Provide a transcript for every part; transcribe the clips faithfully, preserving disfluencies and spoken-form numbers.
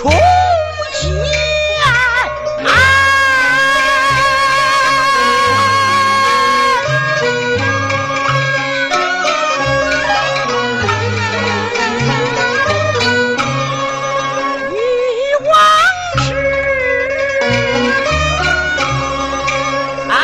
出现啊！以往事啊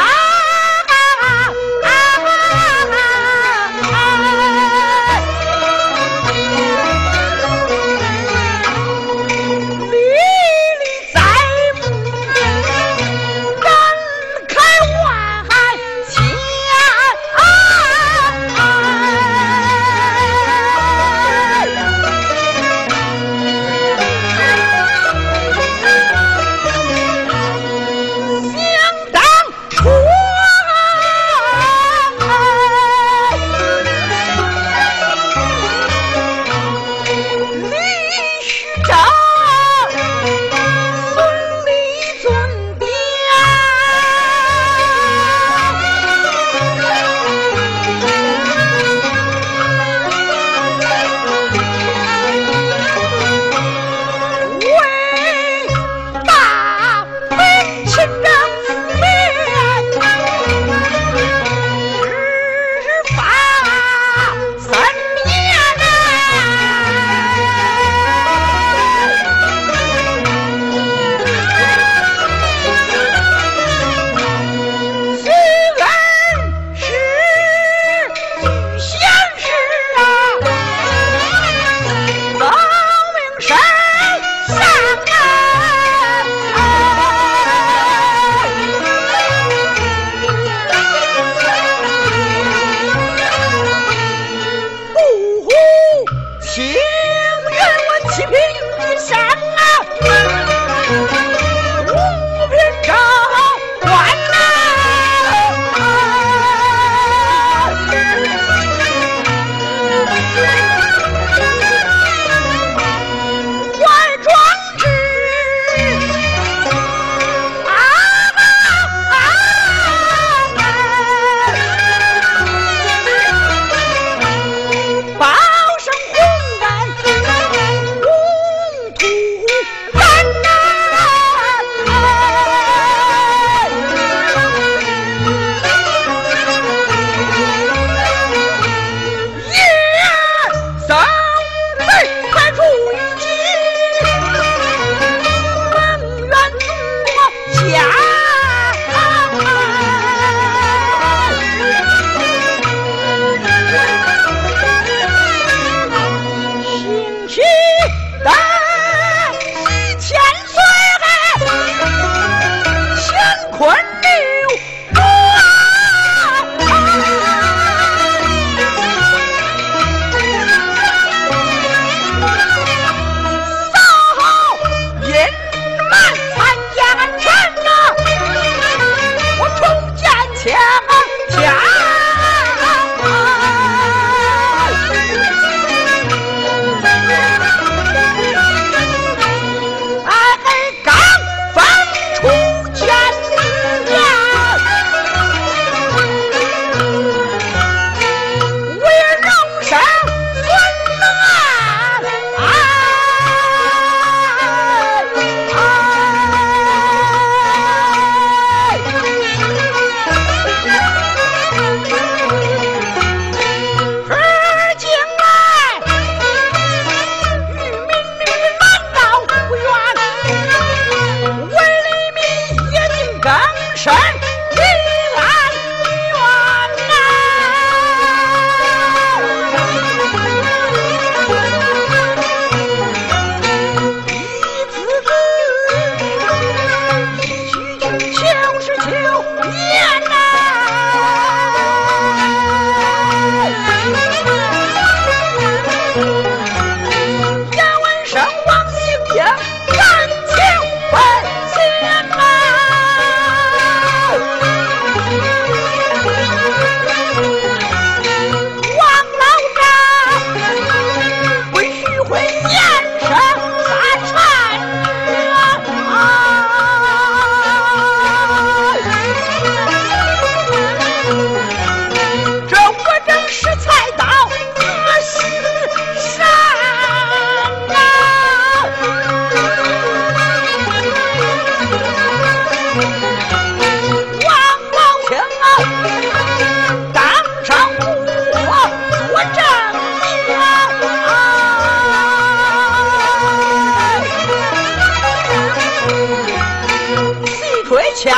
强，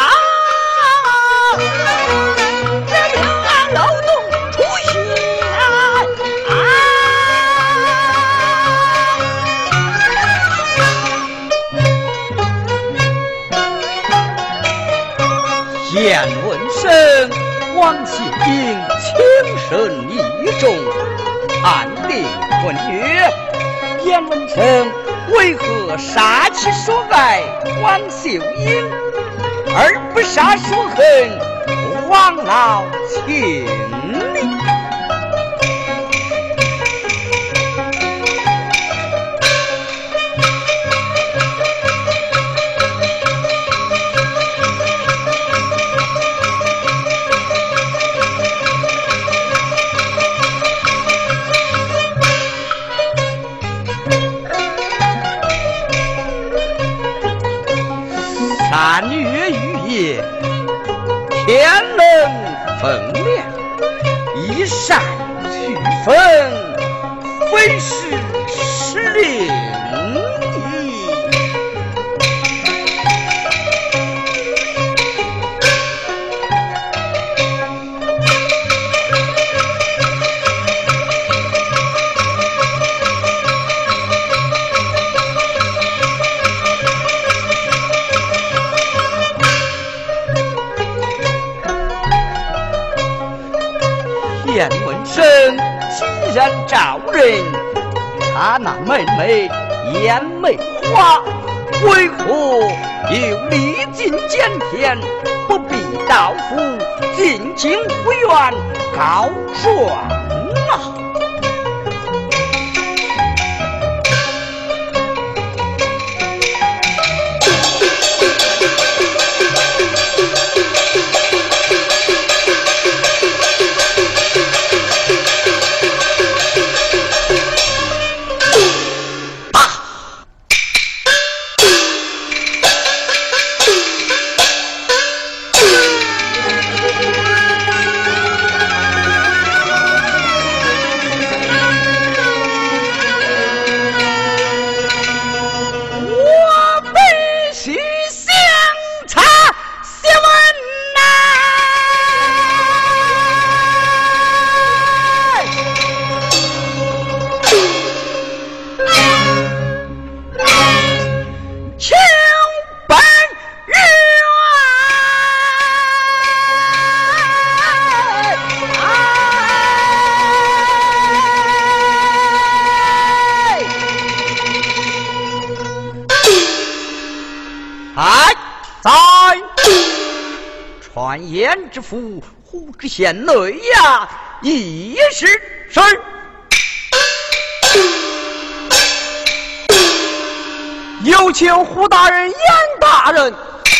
这平安漏洞出现啊！ 燕文生、王秀英情深意重，暗定婚约。燕文生为何杀其所爱王秀英，而不杀所恨王老情呢？三月雨夜，天冷风凉，一扇去风，非是时令矣。燕文生既然招人，他那妹妹燕梅花为何又历尽检填，不必到府进京府院告状啊？传言之府胡知县内衙一时是有请胡大人、严大人。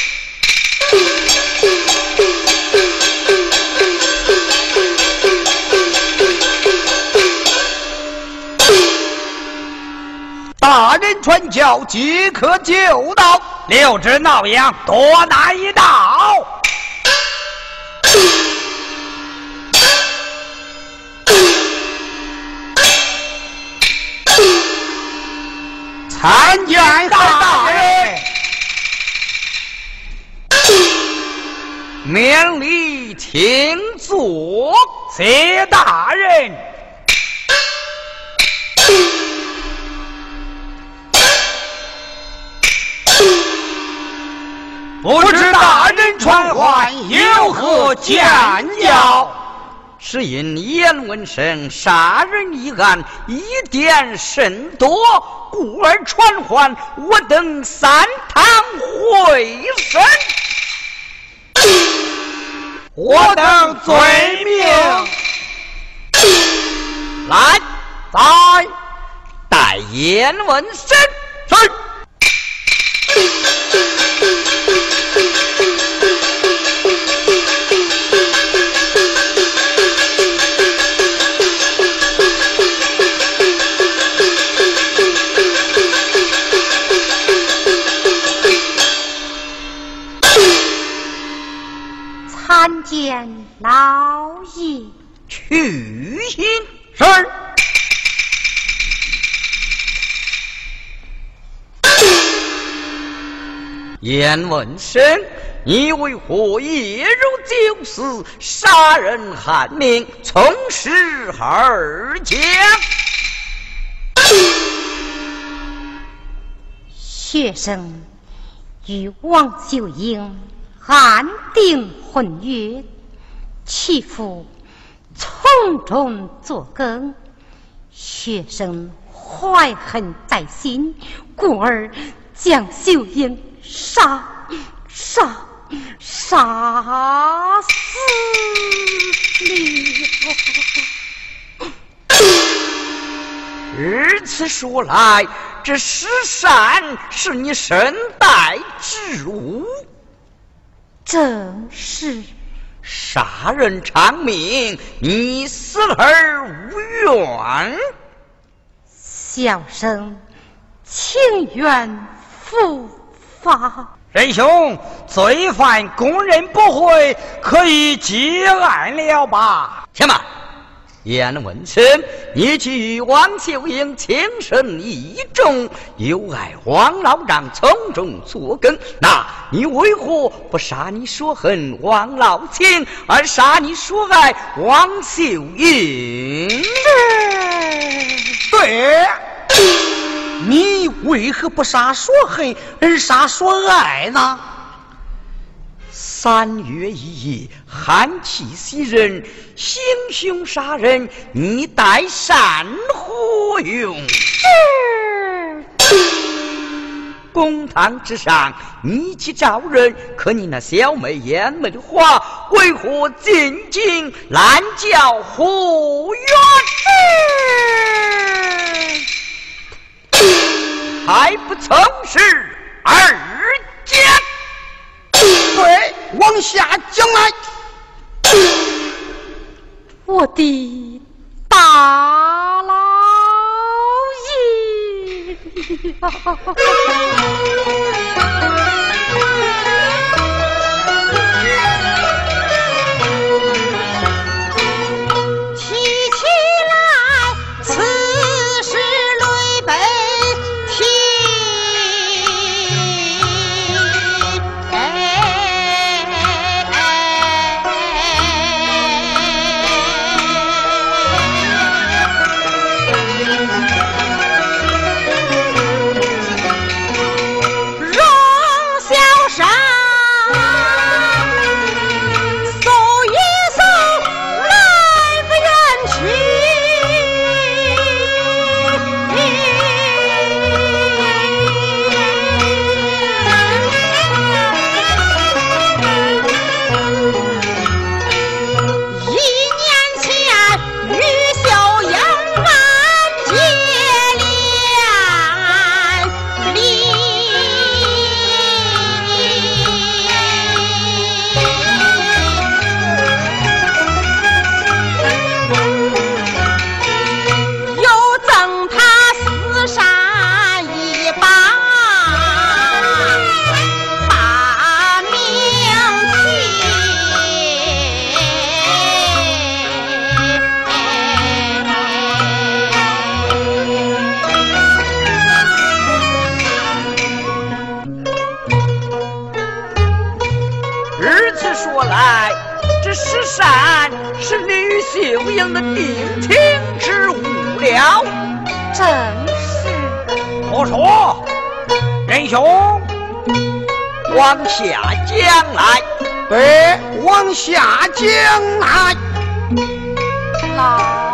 大人传教即可就到， 六只闹羊多拿一道。参见大人， 免礼请坐。 谢大人。不知大人传唤有何见教？ 是因严文生杀人一案疑点甚多，故而传唤我等三堂会审。 我等罪名来，在待严文生。是。 参见老爷。 去信。 是。 燕文生，你为何夜入酒肆，杀人害命，从实而讲？ 学生与王秀英安定婚约，其父从中作梗，学生怀恨在心，故而将秀英杀杀杀死了。 如此说来，这石山是你身带之物？ 正是。 杀人偿命，你死而无怨。 小生情愿伏法。 仁兄，罪犯供认不讳，可以结案了吧？ 且慢，燕文生，你既与王秀英情深意重，又爱王老丈从中作梗，那你为何不杀你所恨王老亲，而杀你所爱王秀英？ 对，你为何不杀所恨而杀所爱呢？ 三月一夜，寒气袭人，行凶杀人，你待善何用？公堂之上，你去招人，可你那小妹燕梅花，为何进京拦教胡冤？还不从实而讲？ 对，往下讲来。 我的大老爷提起来此事累悲啼， 是吕秀英的定情之物了。 正是。 我说，仁兄， 往下讲来。 对，往下讲来。 老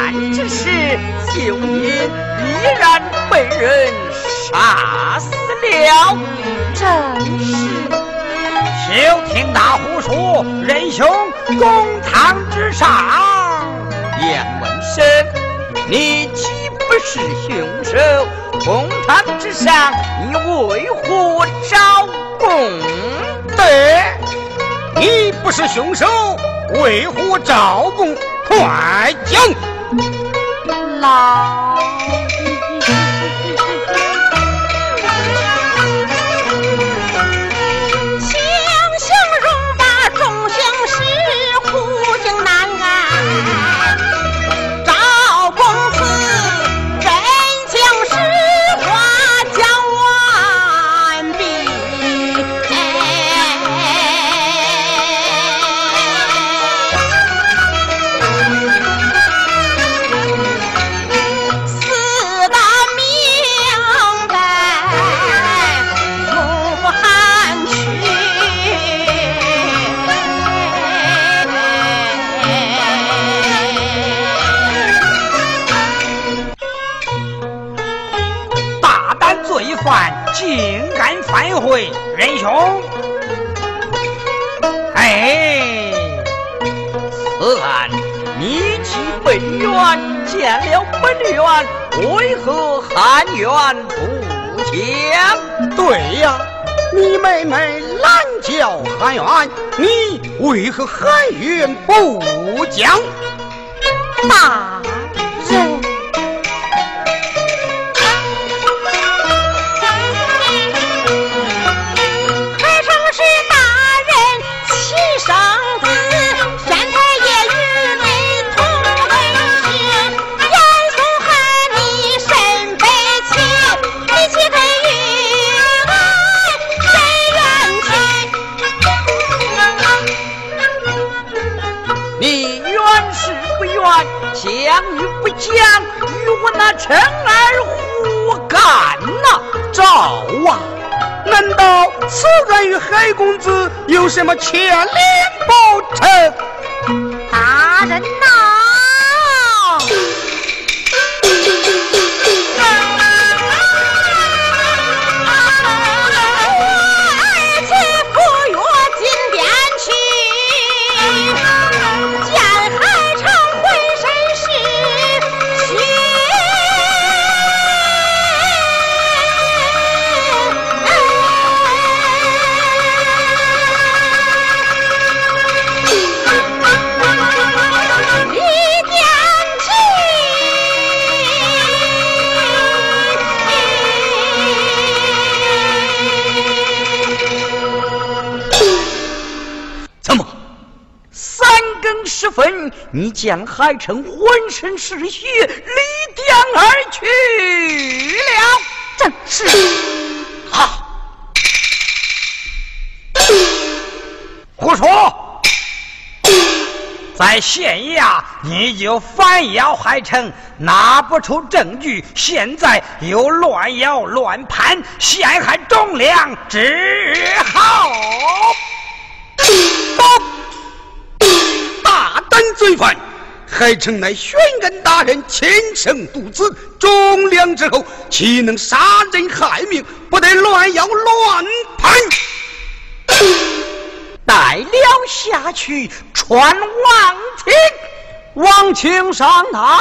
之时，秀英依然被人杀死了。 正是。 休听大胡说，仁兄公堂之上。 燕文生，你岂不是凶手？公堂之上，你为何招供？ 对，你不是凶手，为何招供？快讲！ 老竟敢反悔，仁兄！哎， 此案你既本院见了本院，为何含冤不讲？ 对呀，你妹妹懒叫含冤，你为何含冤不讲？ 大人。 讲与不讲，与我那陈儿何干呐？ 赵啊，难道此人与海公子有什么牵连不成？ 大人呐！ 时分，你见海城浑身是血，离殿而去了。 正是。 好， 胡说！在县衙你就反咬海城，拿不出证据，现在又乱咬乱判，陷害忠良，只好大胆罪犯，海城乃宣恩大人亲生独子，忠良之后，岂能杀人害命？不得乱咬乱判。 带了下去，传王庭，王卿上台。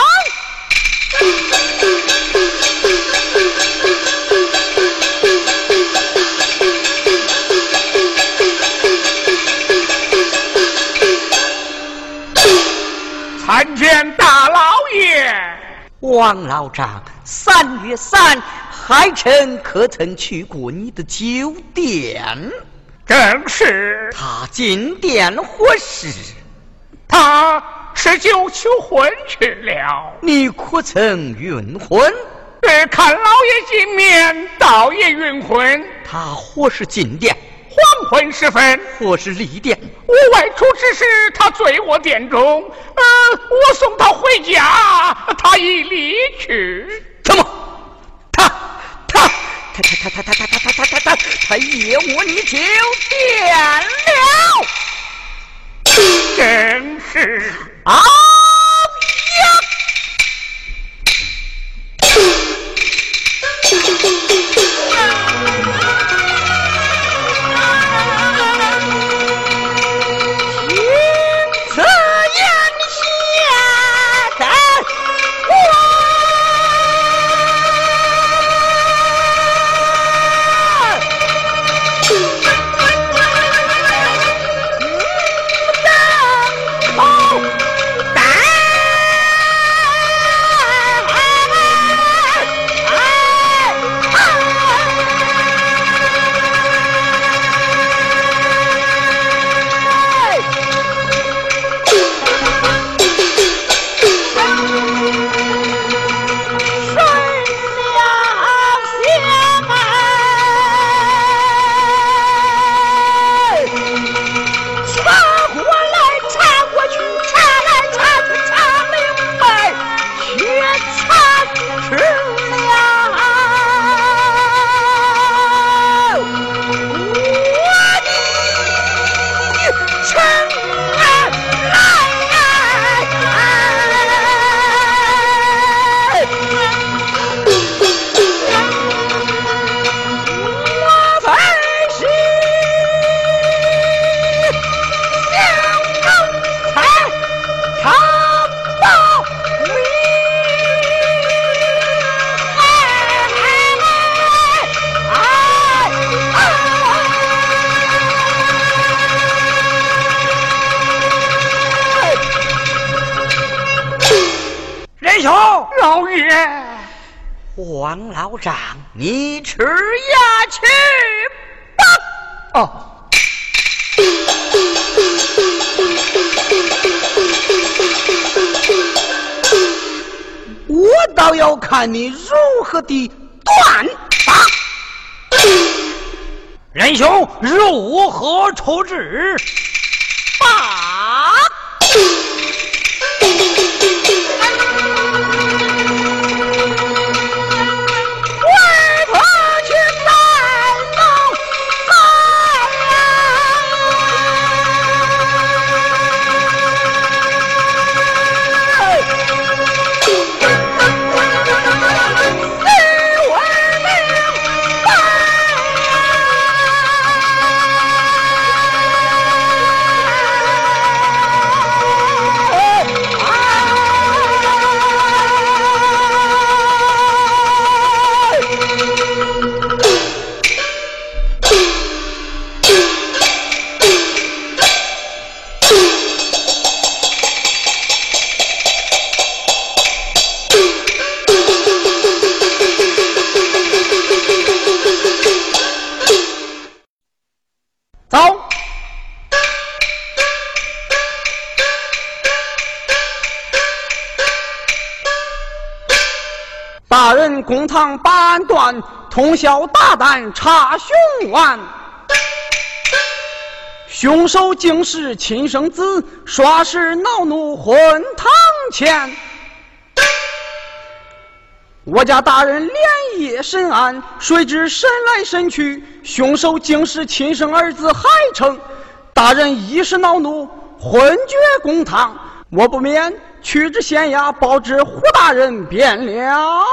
参见大老爷。 王老丈，三月三，海城可曾去过你的酒店？ 正是。 他进店何时？ 他吃酒求婚去了。 你可曾允婚？ 呃，看老爷进面，倒也允婚。 他何时进店？ 黄昏时分。 何时离店？ 我外出之时，他醉卧殿中。呃，我送他回家，他已离去。 怎么？他他他他他他他他他他他他他夜卧你酒店了？ 正是。 啊呀！ 王老丈，你吃下去吧。哦。我倒要看你如何的断法。 仁兄如何处置？ 罢。 大人公堂把案断，通宵达旦查凶案。凶手竟是亲生子，耍是恼怒混堂前。我家大人连夜审案，谁知审来审去，凶手竟是亲生儿子海城。大人一时恼怒，昏厥公堂，我不免去至县衙报知胡大人便了。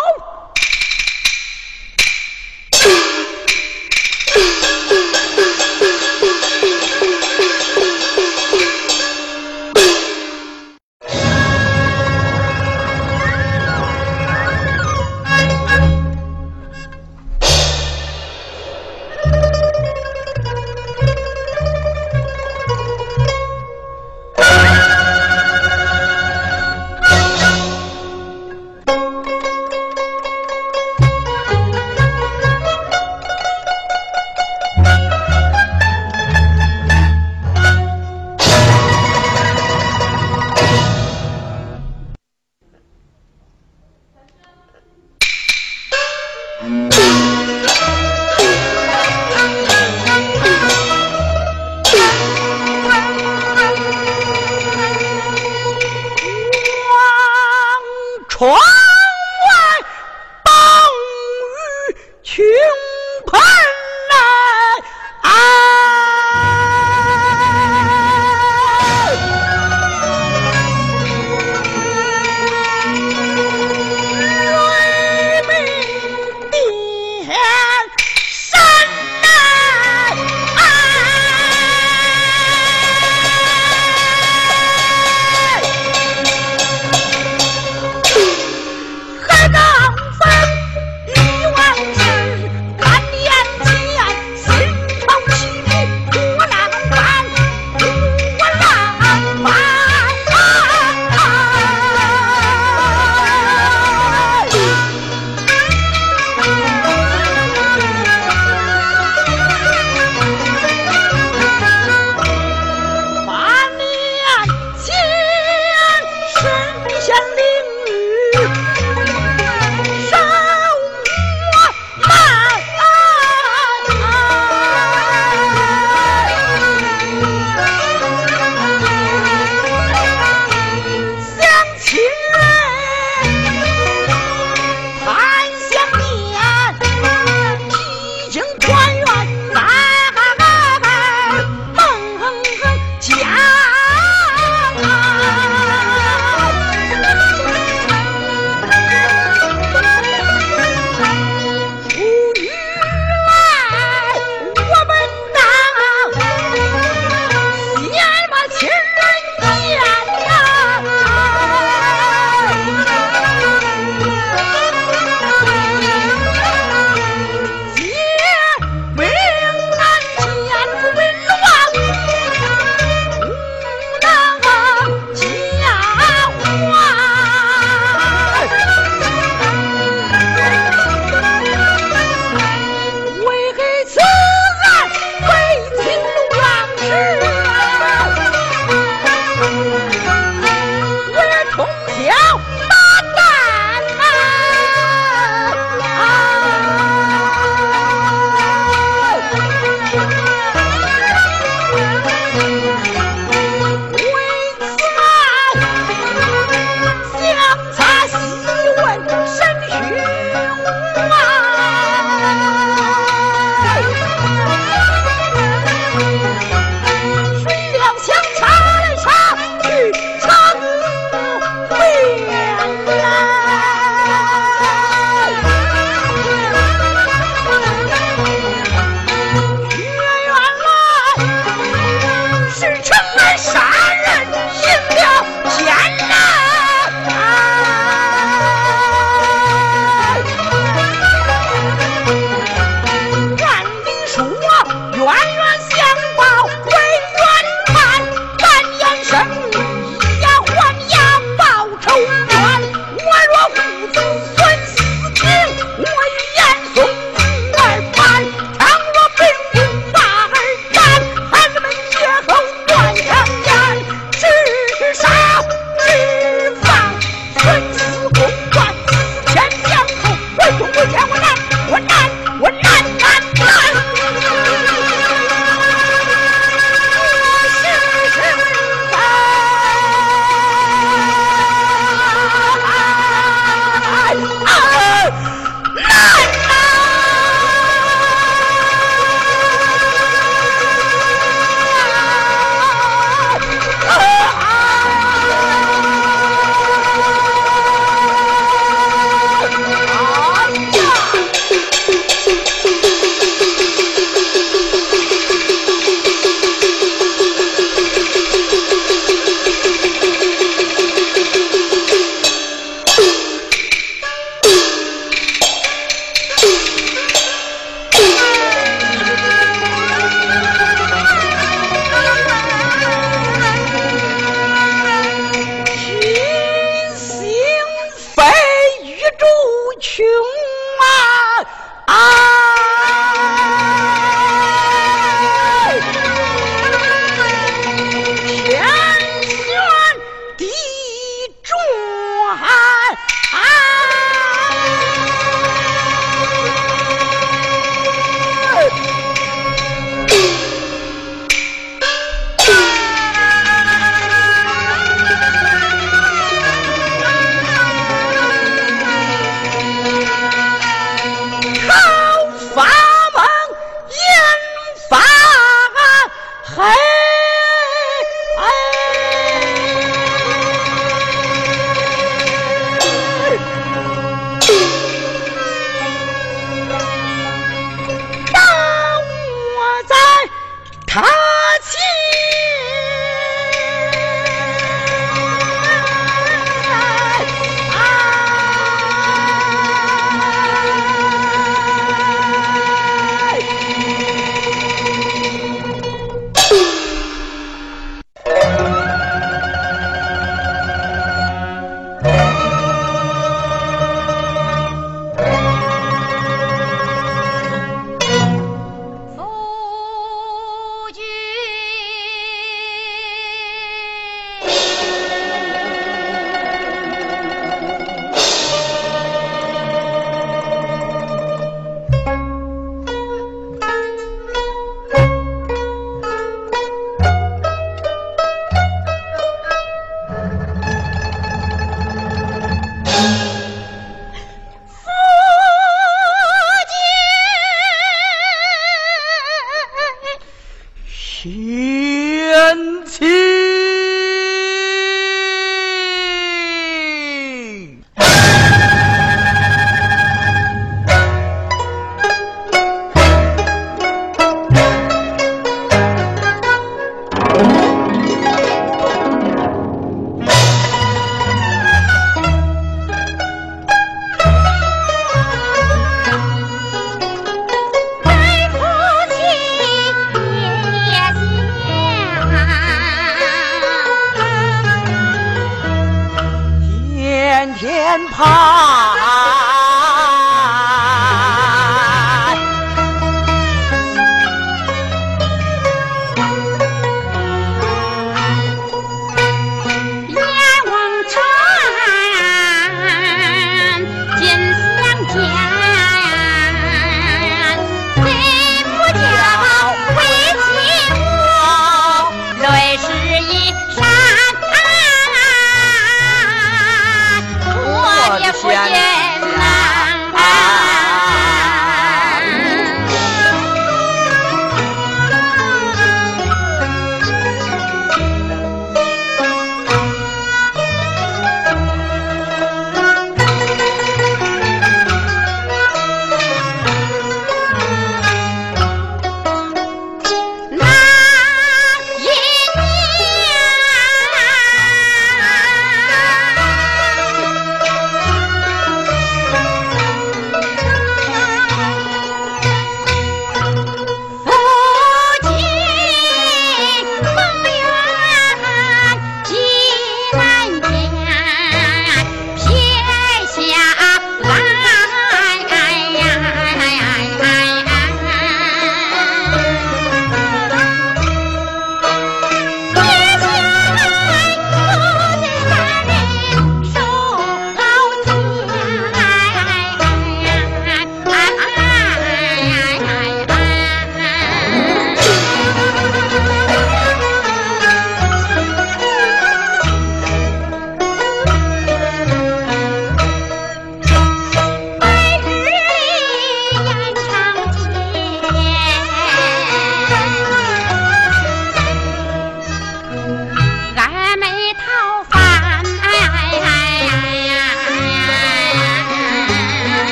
键盘。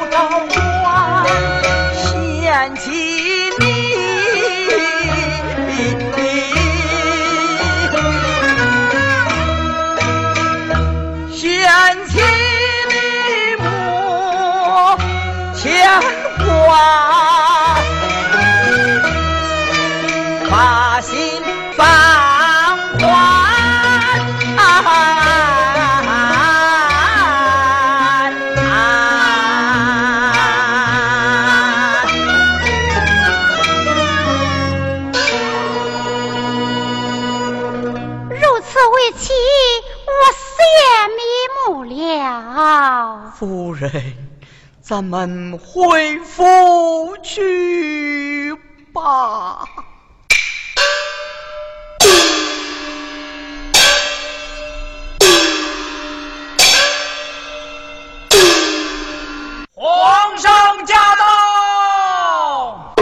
高官嫌弃你，嫌弃你母牵挂，把心放宽。 夫人，咱们回府去吧。 皇上驾到！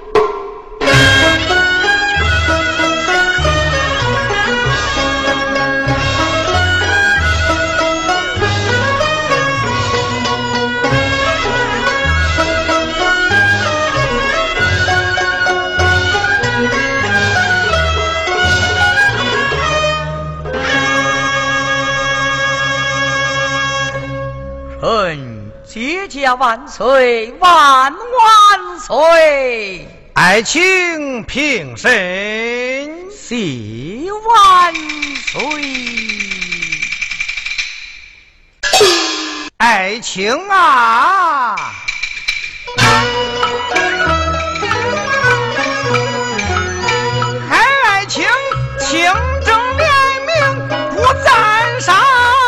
臣接驾万岁，万万岁！ 爱卿平身， 谢万岁！ 爱卿啊，还爱卿清正廉明，不赞赏。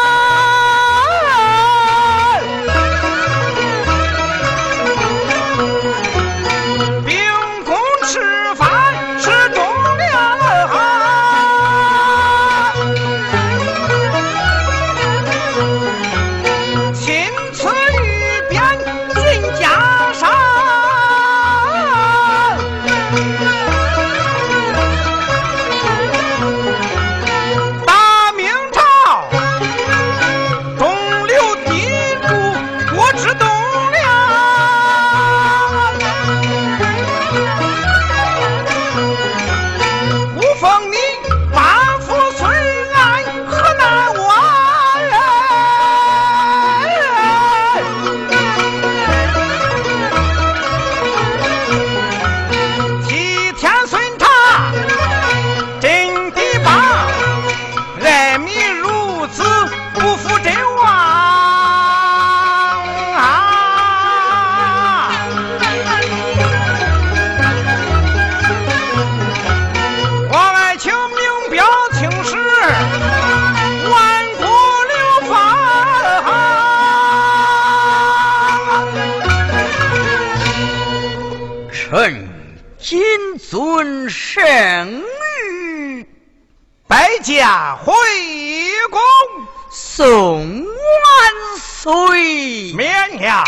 臣谨遵圣谕， 拜驾回宫， 送万岁。 免了。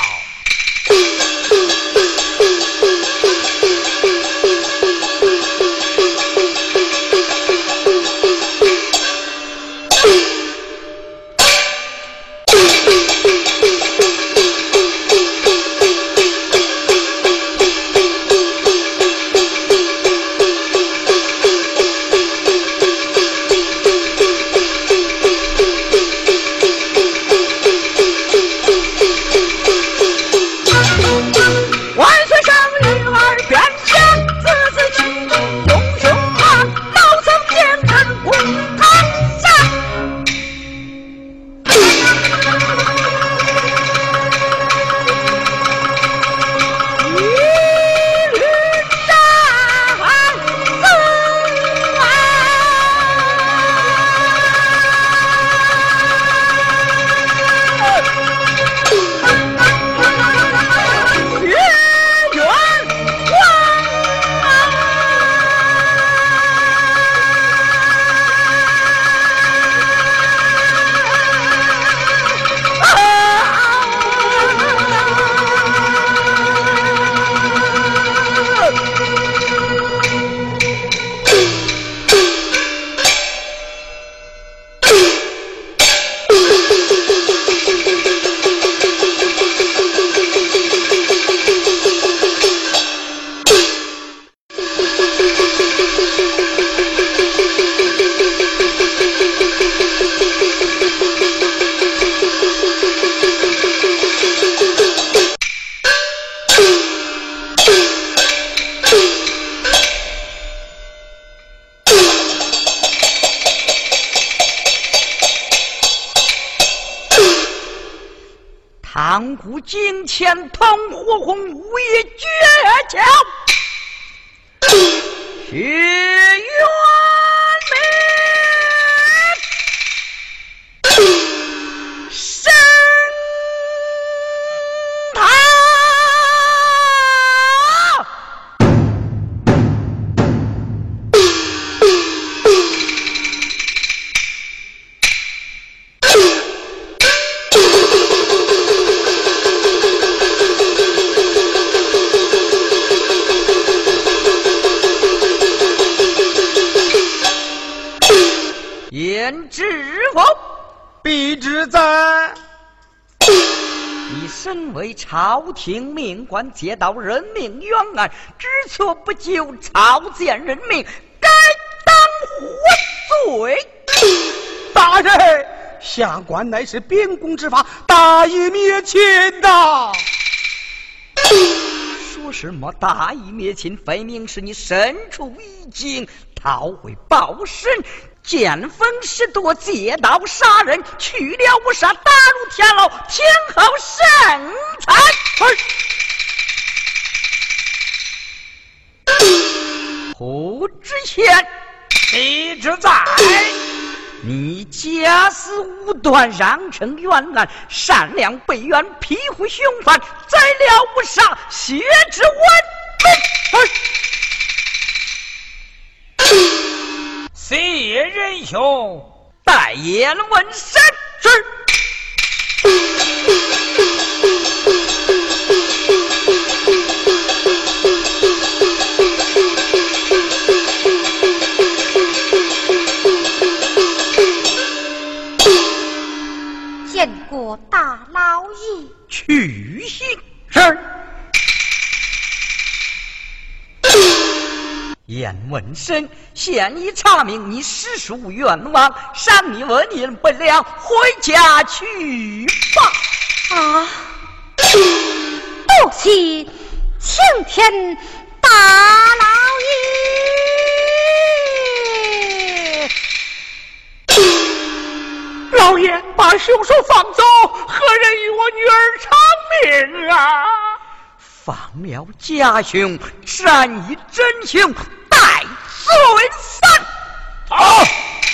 金钱同火红无一绝交，许愿明神堂。言之否？ 必之在。 你身为朝廷命官，接到人命冤案，知错不救，朝见人命，该当活罪。 大人，下官乃是秉公执法，大义灭亲呐！ 说什么大义灭亲，分明是你身处异境，逃回报身，见风使舵，借刀杀人，去了无杀，打入天牢，天后圣裁。胡知县， 必之在。 你假死无端，让成冤案，善良被冤，庇护凶犯，宰了无杀，血之文明。 谢仁兄， 代言问神是。 见过大老爷。 去行是。 燕文生，现已查明你实属冤枉，赏你文银不了，回家去吧。 啊！多谢青天大老爷。 老爷把凶手放走，何人与我女儿偿命啊？ 放了家兄，斩以真凶，待罪犯。 好。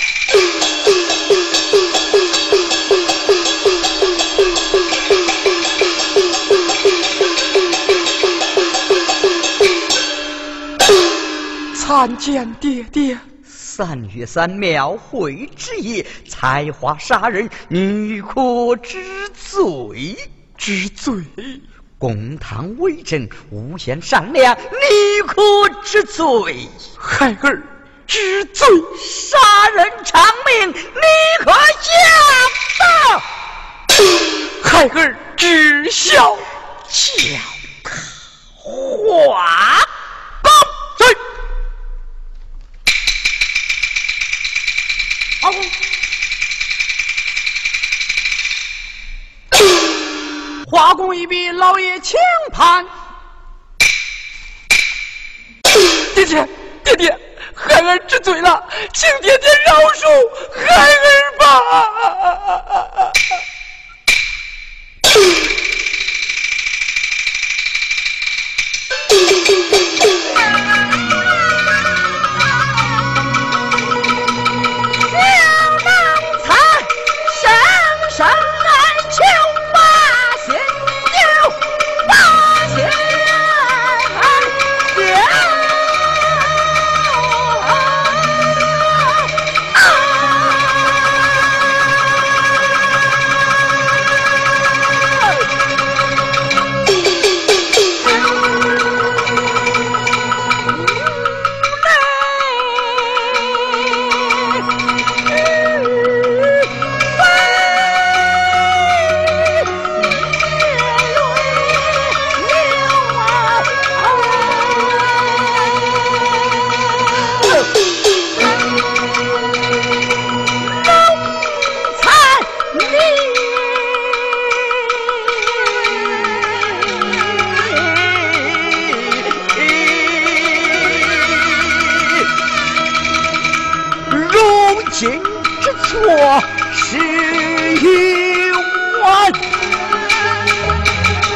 参见爹爹。 三月三庙会之夜，采花杀人，女可知罪？ 知罪。 公堂为证，诬陷善良，你可知罪？ 孩儿知罪。 杀人偿命，你可下报？ 孩儿知晓。 叫花报罪。 好。花公一笔，老爷请判。爹爹，爹爹，孩儿知罪了，请爹爹饶恕孩儿吧。 错是一万，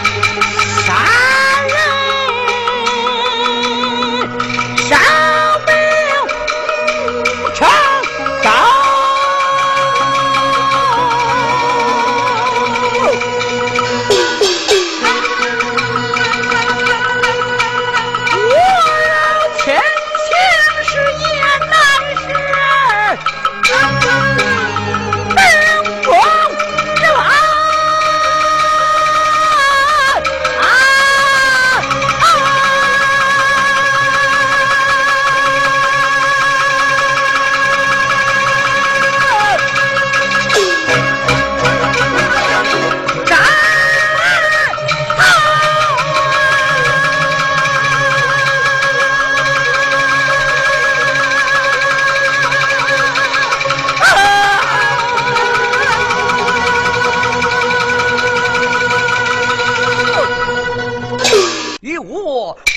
与我